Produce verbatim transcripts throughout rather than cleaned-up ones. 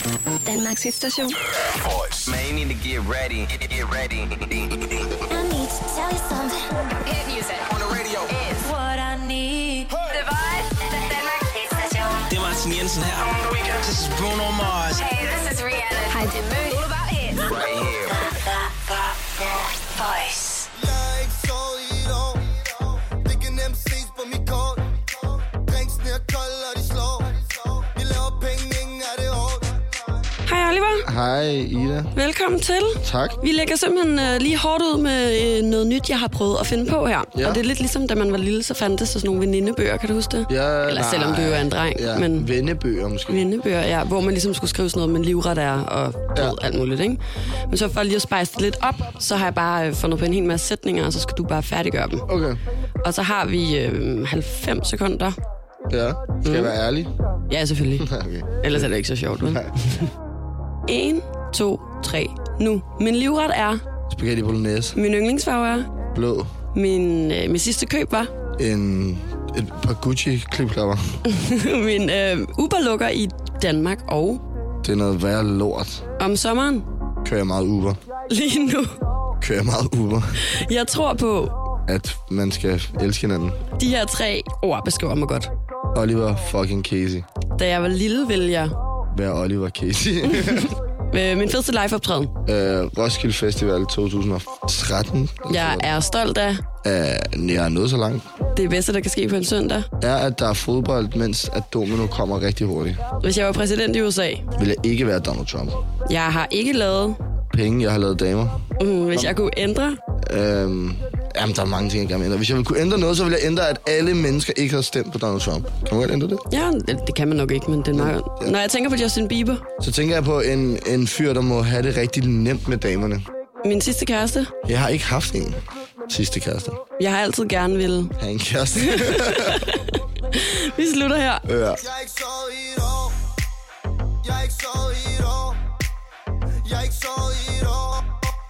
Danmarks hitstation. Man, you need to get ready. Get ready. I need to tell you something. Hit music On the radio. is what I need. The Voice. Danmarks hitstation. Det er Martin Jensen her. This is Bruno Mars. Hey, this is Rihanna. Hej, det er Mø. All about hits. Right here. The Voice. Jeg er ikke sovet i et år. Det kan nemt ses på mit kort. Drinksene er kold, og de slår. Vi laver penge, ingen er det hårdt. Hej Oliver. Hej Ida. Velkommen til. Tak. Vi lægger simpelthen øh, lige hårdt ud med øh, noget nyt, jeg har prøvet at finde på her. Ja. Og det er lidt ligesom, da man var lille, så fandtes der sådan nogle venindebøger, kan du huske det? Ja, Eller nej, selvom du jo er en dreng. Ja, Men vennebøger måske. vennebøger, ja, hvor man ligesom skulle skrive sådan noget med livret er og Ja. ja. alt muligt, ikke? Men så for lige at spice det lidt op, så har jeg bare øh, fundet på en hel masse sætninger, og så skal du bare færdiggøre dem. Okay. Og så har vi øh, halvfems sekunder. Ja. Skal jeg være ærlig? Ja, selvfølgelig. Okay. Ellers er det ikke så sjovt, vel? Nej. en, to, tre, nu. Min livret er, Spaghetti bolognese. min yndlingsfarve er, Blå. min, øh, min sidste køb var, En, et par Gucci-klipklapper. min øh, Uber-lukker i Danmark, og Det er noget værre lort. om sommeren, Kører jeg meget Uber. lige nu. Kører jeg meget Uber. Jeg tror på, At man skal elske hinanden. de her tre ord beskriver mig godt. Oliver fucking Casey. Da jeg var lille, ville jeg Være Oliver Casey. øh, min fedeste live-optræden. øh, Roskilde Festival to tusind og tretten. Jeg er stolt af Øh, jeg er nået så langt. det bedste, der kan ske på en søndag. Er, at der er fodbold, mens at domino kommer rigtig hurtigt. Hvis jeg var præsident i U S A. Vil jeg ikke være Donald Trump. Jeg har ikke lavet, Penge, jeg har lavet damer. mm, hvis jeg kunne ændre. Øhm, jamen, der er mange ting, jeg gerne vil ændre. Hvis jeg ville kunne ændre noget, så ville jeg ændre, at alle mennesker ikke havde stemt på Donald Trump. Kan man godt ændre det? Ja, det, det kan man nok ikke, men det er meget... Ja. Når jeg tænker på Justin Bieber, Så tænker jeg på en, en fyr, der må have det rigtig nemt med damerne. min sidste kæreste, Jeg har ikke haft en sidste kæreste. jeg har altid gerne ville. Jeg har en kæreste. Vi slutter her. ja. Jeg er ikke sovet i et år. Jeg er ikke sovet i et år. Jeg er ikke sovet i et år.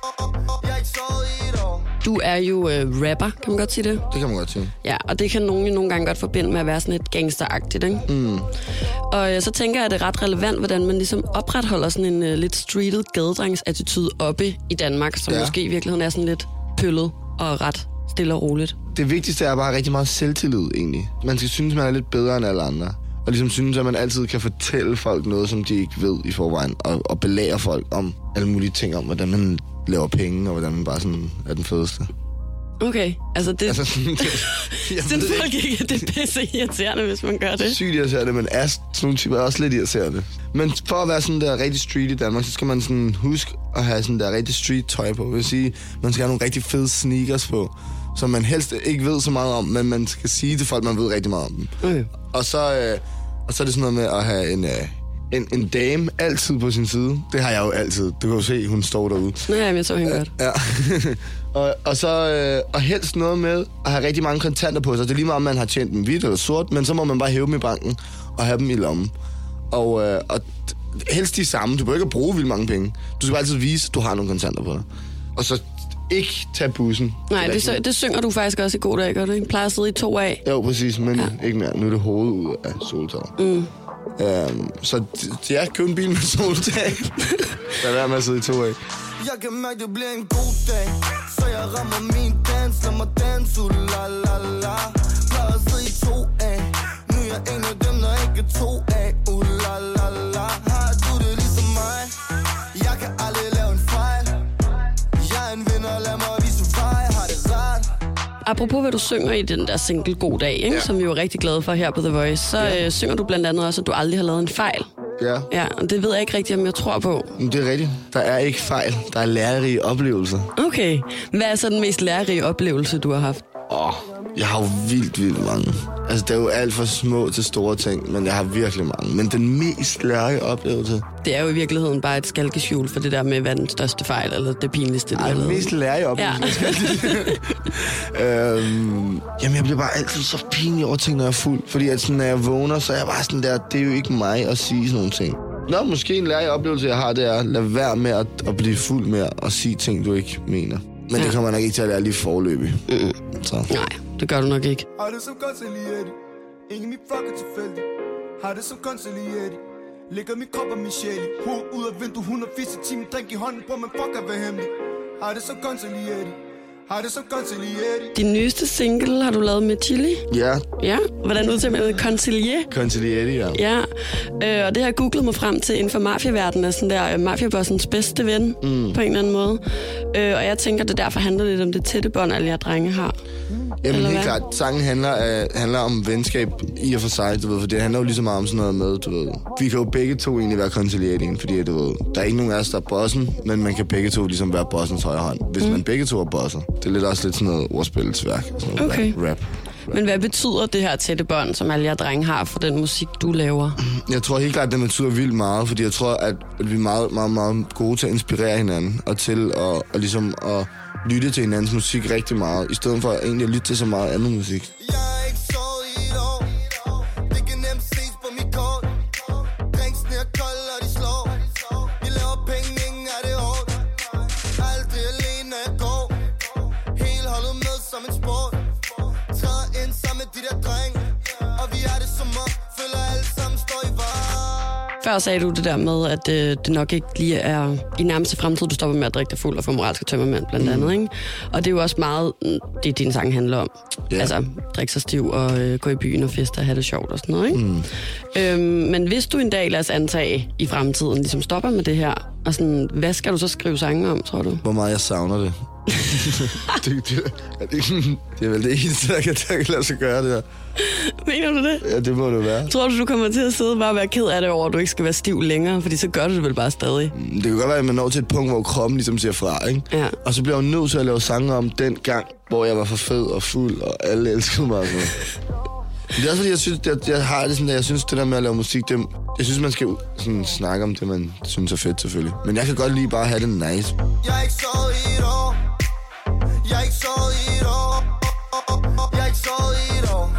Jeg er ikke sovet i et år. Du er jo øh, rapper, kan man godt sige det? Det kan man godt sige. Ja, og det kan nogen jo nogle gange godt forbinde med at være sådan et gangsteragtigt, ikke? Mm. Og øh, så tænker jeg, at det er ret relevant, hvordan man ligesom opretholder sådan en øh, lidt streetet gadedrengsattitude oppe i Danmark, som Ja. ja. måske i virkeligheden er sådan lidt pøllet og ret stille og roligt. Det vigtigste er bare rigtig meget selvtillid, egentlig. Man skal synes, man er lidt bedre end alle andre. Og ligesom synes, at man altid kan fortælle folk noget, som de ikke ved i forvejen. Og, og belære folk om alle mulige ting om, hvordan man laver penge, og hvordan man bare sådan er den fedeste. Okay, altså det... Altså sådan, det, jeg Sådan ved folk ikke, det er pisse irriterende, hvis man gør det. sygt irriterende, men er sådan nogle typer er også lidt irriterende. Men for at være sådan der rigtig street i Danmark, så skal man sådan huske at have sådan der rigtig street tøj på. Det vil sige, man skal have nogle rigtig fede sneakers på, som man helst ikke ved så meget om, men man skal sige til folk, man ved rigtig meget om dem. Okay. Og så, øh, og så er det sådan noget med at have en, øh, en, en dame altid på sin side. Det har jeg jo altid. Du kan jo se, hun står derude. Nå ja, men jeg så hende godt. Ja. og, og så øh, og helst noget med at have rigtig mange kontanter på sig. Det er lige meget, om man har tjent dem hvidt eller sort, men så må man bare hæve dem i banken og have dem i lommen. Og, øh, og helst de samme. Du behøver ikke at bruge vildt mange penge. Du skal bare altid vise, at du har nogle kontanter på dig. Og så ikke tage bussen. Nej, det, så, det synger du faktisk også i god dag, gør du ikke? Plejer at sidde i to af. Jo, præcis, men ja. Ikke mere. Nu er det hovedet ud af soltaget. Mm. Um, så ja, køb en bil med soltag. Lad være med at sidde i to af. Jeg kan mærke, det bliver en god dag. Så jeg rammer min dans. Lad mig danse, uh, la la la. Plejer at sidde i to af. Nu er jeg en af dem, der ikke er to af. Uh, la la la. Har du det ligesom mig? Jeg kan aldrig lave en fejl. Jeg er en vinder, lad mig vise vej. Har det rart. Apropos hvad du synger i den der single God Dag, ikke? Ja. Som vi var rigtig glade for her på The Voice, så ja. øh, synger du blandt andet også, at du aldrig har lavet en fejl. Ja, Ja, og det ved jeg ikke rigtig, om jeg tror på. men det er rigtigt. Der er ikke fejl. Der er lærerige oplevelser. Okay. Hvad er så den mest lærerige oplevelse, du har haft? Åh, oh, jeg har jo vildt, vildt mange. Altså, det er jo alt for små til store ting, men jeg har virkelig mange. Men den mest lærerige oplevelse... Det er jo i virkeligheden bare et skalkeskjul for det der med, hvad den største fejl, eller det pinligste, du Ej, har den lavet. mest lærerige oplevelse. Ja. øhm, jamen, jeg bliver bare altid så pinlig over ting, når jeg er fuld. Fordi at sådan, når jeg vågner, så er jeg bare sådan der, det er jo ikke mig at sige sådan nogle ting. Nå, måske en lærerig oplevelse, jeg har, det er, lad være med at, at blive fuld med at sige ting, du ikke mener. Men ja. Det kommer nok ikke til at lære lige forløbig. Mm. Så. Nej, det gør du nok ikke. Har det som konsulietti. Ingen mit fucker tilfældig. Har det som konsulietti. Lægger min krop og min sjæl i hoved ud af vindue, hundrede og firs timer, drink i hånden, bror, man fuck at være hemmelig. Har det så konsolideret. Har det så konsolideret. Din nyeste single har du lavet med Chili? Ja. Ja, hvordan udtaler man det? Concilier? Concilier, ja. Ja, øh, og det har jeg googlet mig frem til inden for mafiaverdenen, er sådan der mafiabossens bedste ven, mm. på en eller anden måde. Øh, og jeg tænker, det derfor handler lidt om det tætte bånd, alle jer drenge har. Jamen Eller helt hvad? klart, sangen handler, øh, handler om venskab i og for sig, du ved, for det handler jo lige så meget om sådan noget med, du ved. Vi kan jo begge to egentlig være conciliating, fordi du ved, der er ikke nogen af os, der er bossen, men man kan begge to ligesom være bossens højre hånd, hvis mm. man begge to er bosser. Det er lidt også lidt sådan noget ordspilsværk, sådan noget Okay. rap. rap. Men hvad betyder det her tætte bånd, som alle jer drenge har for den musik, du laver? Jeg tror helt klart, at det betyder vildt meget, fordi jeg tror, at vi er meget, meget, meget gode til at inspirere hinanden, og til at, at, ligesom at lytte til hinandens musik rigtig meget, i stedet for egentlig at lytte til så meget andet musik. Jeg er ikke sovet i et år. Det kan nemt ses på mit kort. Drinksene er kolde, og de slår. Vi laver penge, ingen er det hårdt. Aldrig alene, når jeg går. Hele holdet med som en sport. Træder ind sammen med de der drenge. Og vi er det som om, føler alle sammen står i var. Før sagde du det der med, at øh, det nok ikke lige er i nærmeste fremtid, du stopper med at drikke dig fuld og få moralske tømmermænd, blandt andet, ikke? Og det er jo også meget det, din sang handler om. Ja. Altså, drikke sig stiv og øh, gå i byen og feste og have det sjovt og sådan noget, ikke? Mm. Øhm, men hvis du en dag, lad os antage, i fremtiden ligesom stopper med det her, og sådan, hvad skal du så skrive sange om, tror du? Hvor meget jeg savner det. det, det, er det, det er vel det eneste, der kan, der kan lade sig gøre det her. Mener du det? Ja, det må det være. Tror du, du kommer til at sidde og bare være ked af det over, at du ikke skal være stiv længere? Fordi så gør du det vel bare stadig. Det kan godt være, at man når til et punkt, hvor kroppen ligesom siger fra, ikke? Ja. Og så bliver jeg jo nødt til at lave sange om den gang, hvor jeg var for fed og fuld, og alle elskede mig. Så. Det er også fordi, jeg synes, jeg, jeg har det sådan, at jeg synes, det der med at lave musik, det, jeg synes, man skal sådan, snakke om det, man synes er fedt, selvfølgelig. Men jeg kan godt lige bare have det nice. Jeg er ikke sovet i et år. Jeg er ikke sovet i et år. Jeg er ikke sovet i et år.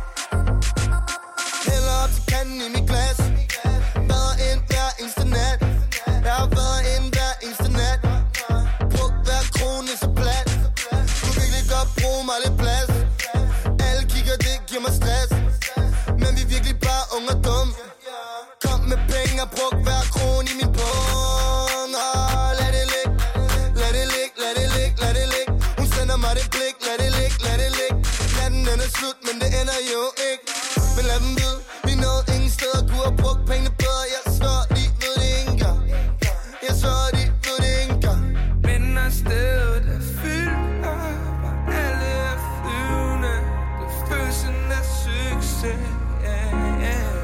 Hælder op til kanden i mit glas. Bader ind hver eneste nat. Jeg har været ind hver eneste nat. Brugt hver krone så plat. Du vil virkelig godt bruge mig lidt plads. Alle kigger, det giver mig stress. Men vi er virkelig bare unge og dumme. Kom med penge og brug hver krone i min pung. Og lad det ligge. Lad det ligge, lad det ligge, lad det ligge. Hun sender mig det blik, lad det ligge, lad det ligge. Natten den er slut, men det ender jo ikke. Men lad dem vide, vi nåede ingen steder. Kunne have brugt pengene bedre, jeg svør, de ved det ikke engang. Jeg svør, de ved det ikke engang. Men er stedet er fyldt op, og alle er flyvende. Det følelsen af succes, yeah, yeah.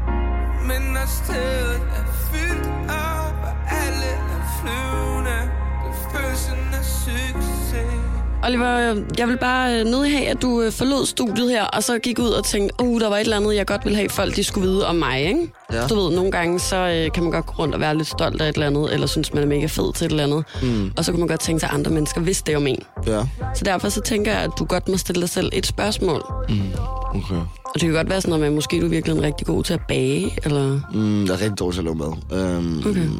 Men er stedet er fyldt op, og alle er flyvende. Det følelsen af succes. Oliver, jeg vil bare nødig have, at du forlod studiet her, og så gik ud og tænkte, uh, der var et eller andet, jeg godt ville have, folk de skulle vide om mig, ikke? Ja. Du ved, nogle gange, så øh, kan man godt gå rundt og være lidt stolt af et eller andet, eller synes, man er mega fed til et eller andet. Mm. Og så kan man godt tænke sig, at andre mennesker vidste det om en. Ja. Så derfor så tænker jeg, at du godt må stille dig selv et spørgsmål. Mm. Okay. Og det kan godt være sådan noget med, at måske du er virkelig rigtig god til at bage, eller... Mm, jeg er rigtig dårlig til at lave mad. Um, Okay.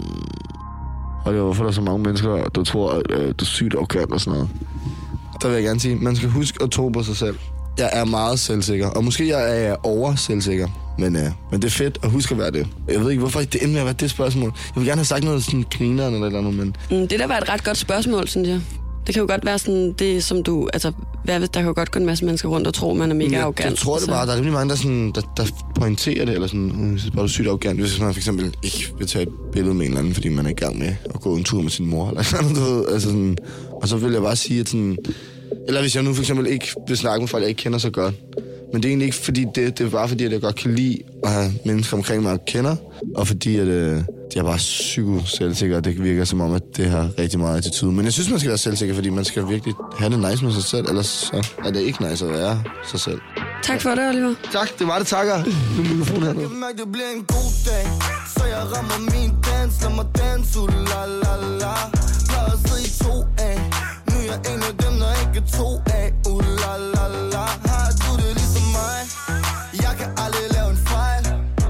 Oliver, hvorfor er der så mange mennesker, der tror, at øh, du er sygt arrogant og sådan noget? Der vil jeg gerne sige, man skal huske at tro på sig selv. Jeg er meget selvsikker, og måske jeg er over selvsikker, men, øh, men det er fedt at huske at være det. Jeg ved ikke, hvorfor det endte med at være det spørgsmål. Jeg vil gerne have sagt noget sådan knineren eller noget, men... Mm, det der var et ret godt spørgsmål, synes jeg. Det kan jo godt være sådan, det som du... Altså, hvad hvis der kan jo godt gå en masse mennesker rundt og tro, man er mega jeg, arrogant. Jeg tror det så. bare, der er rimelig mange, der, sådan, der, der pointerer det, eller sådan, jeg synes bare, du er sygt arrogant. Hvis man for eksempel ikke vil tage et billede med en eller anden, fordi man er i gang med at gå en tur med sin mor, eller sådan noget, du ved. Altså sådan, og så vil jeg bare sige, at sådan... Eller hvis jeg nu for eksempel ikke vil snakke med folk, jeg ikke kender så godt. Men det er egentlig ikke fordi det, det er bare fordi, at jeg godt kan lide at have mennesker omkring mig, jeg kender. Og fordi, at øh, jeg er bare psyko-selvsikker, og det virker som om, at det har rigtig meget attitude. Men jeg synes, man skal være selvsikker, fordi man skal virkelig have det nice med sig selv. Ellers så er det ikke nice at være sig selv. Tak for det, Oliver. Tak, det var det, takker. Nu er mikrofonen hernede. Jeg mærker, det bliver en god dag, så jeg rammer min dans. Lad mig danse, uh, la la la. Plejer at sidde i to af. Nu er jeg en af dem, der ikke er to af. Uh, la la la. Har du det ligesom mig? Jeg kan aldrig lave en fejl.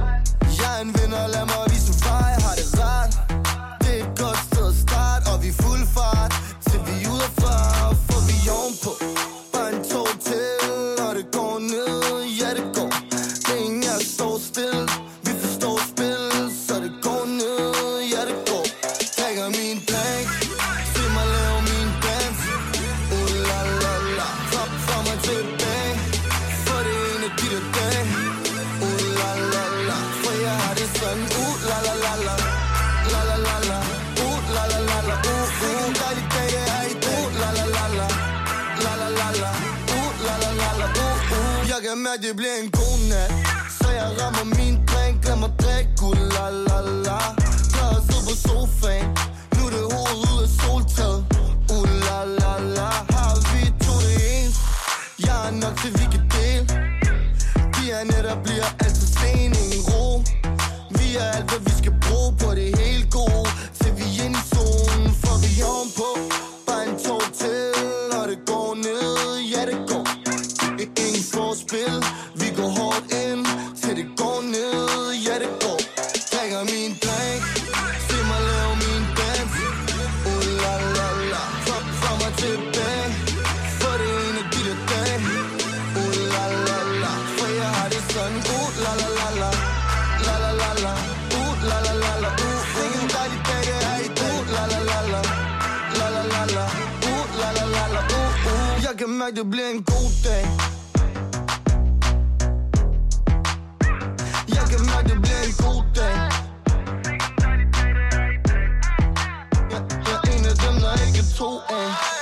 Jeg er en vinder, lad mig vise vej. Har det rart? Det er et godt sted at starte, og vi er fuld fart. Til vi er ude af far, får vi ovenpå. Bare en tog til, og det går ned. Ja, det går. Det er ingen, jeg står stille. Vi forstår spil, så kan mærke, det bliver en god nat. Så jeg rammer min drink, lad mig drikke, uh, la la la. Klar at sidde på sofaen, nu er det hovedet ud af soltaget, uh, la la la. Har vi to det ens, jeg er nok til vi kan dele. De her nætter bliver altid sen, ingen ro. Vi er alt, hvad vi skal bruge på det hele gode. Til vi er inde i zonen, for vi er ovenpå. Bare en tog til, og det går ned, ja det går. Ingen forspil, vi går hårdt ind, til det går ned, ja det går. Drikker min drink, se mig lave min dans, uh la la la. Fra, fra mig tilbage, for det er en af de der dage, uh la la la. For jeg har det sådan, uh la la la la, la la la la, uh la la la la, uh. Ingen dejlig dag, det er i dag, uh la la la la, la la la la, uh la la la la, uh uh. Jeg kan mærke, det bliver en god dag. Jeg kan mærke, det bliver en god dag. Jeg er en af dem, der ikke er to af.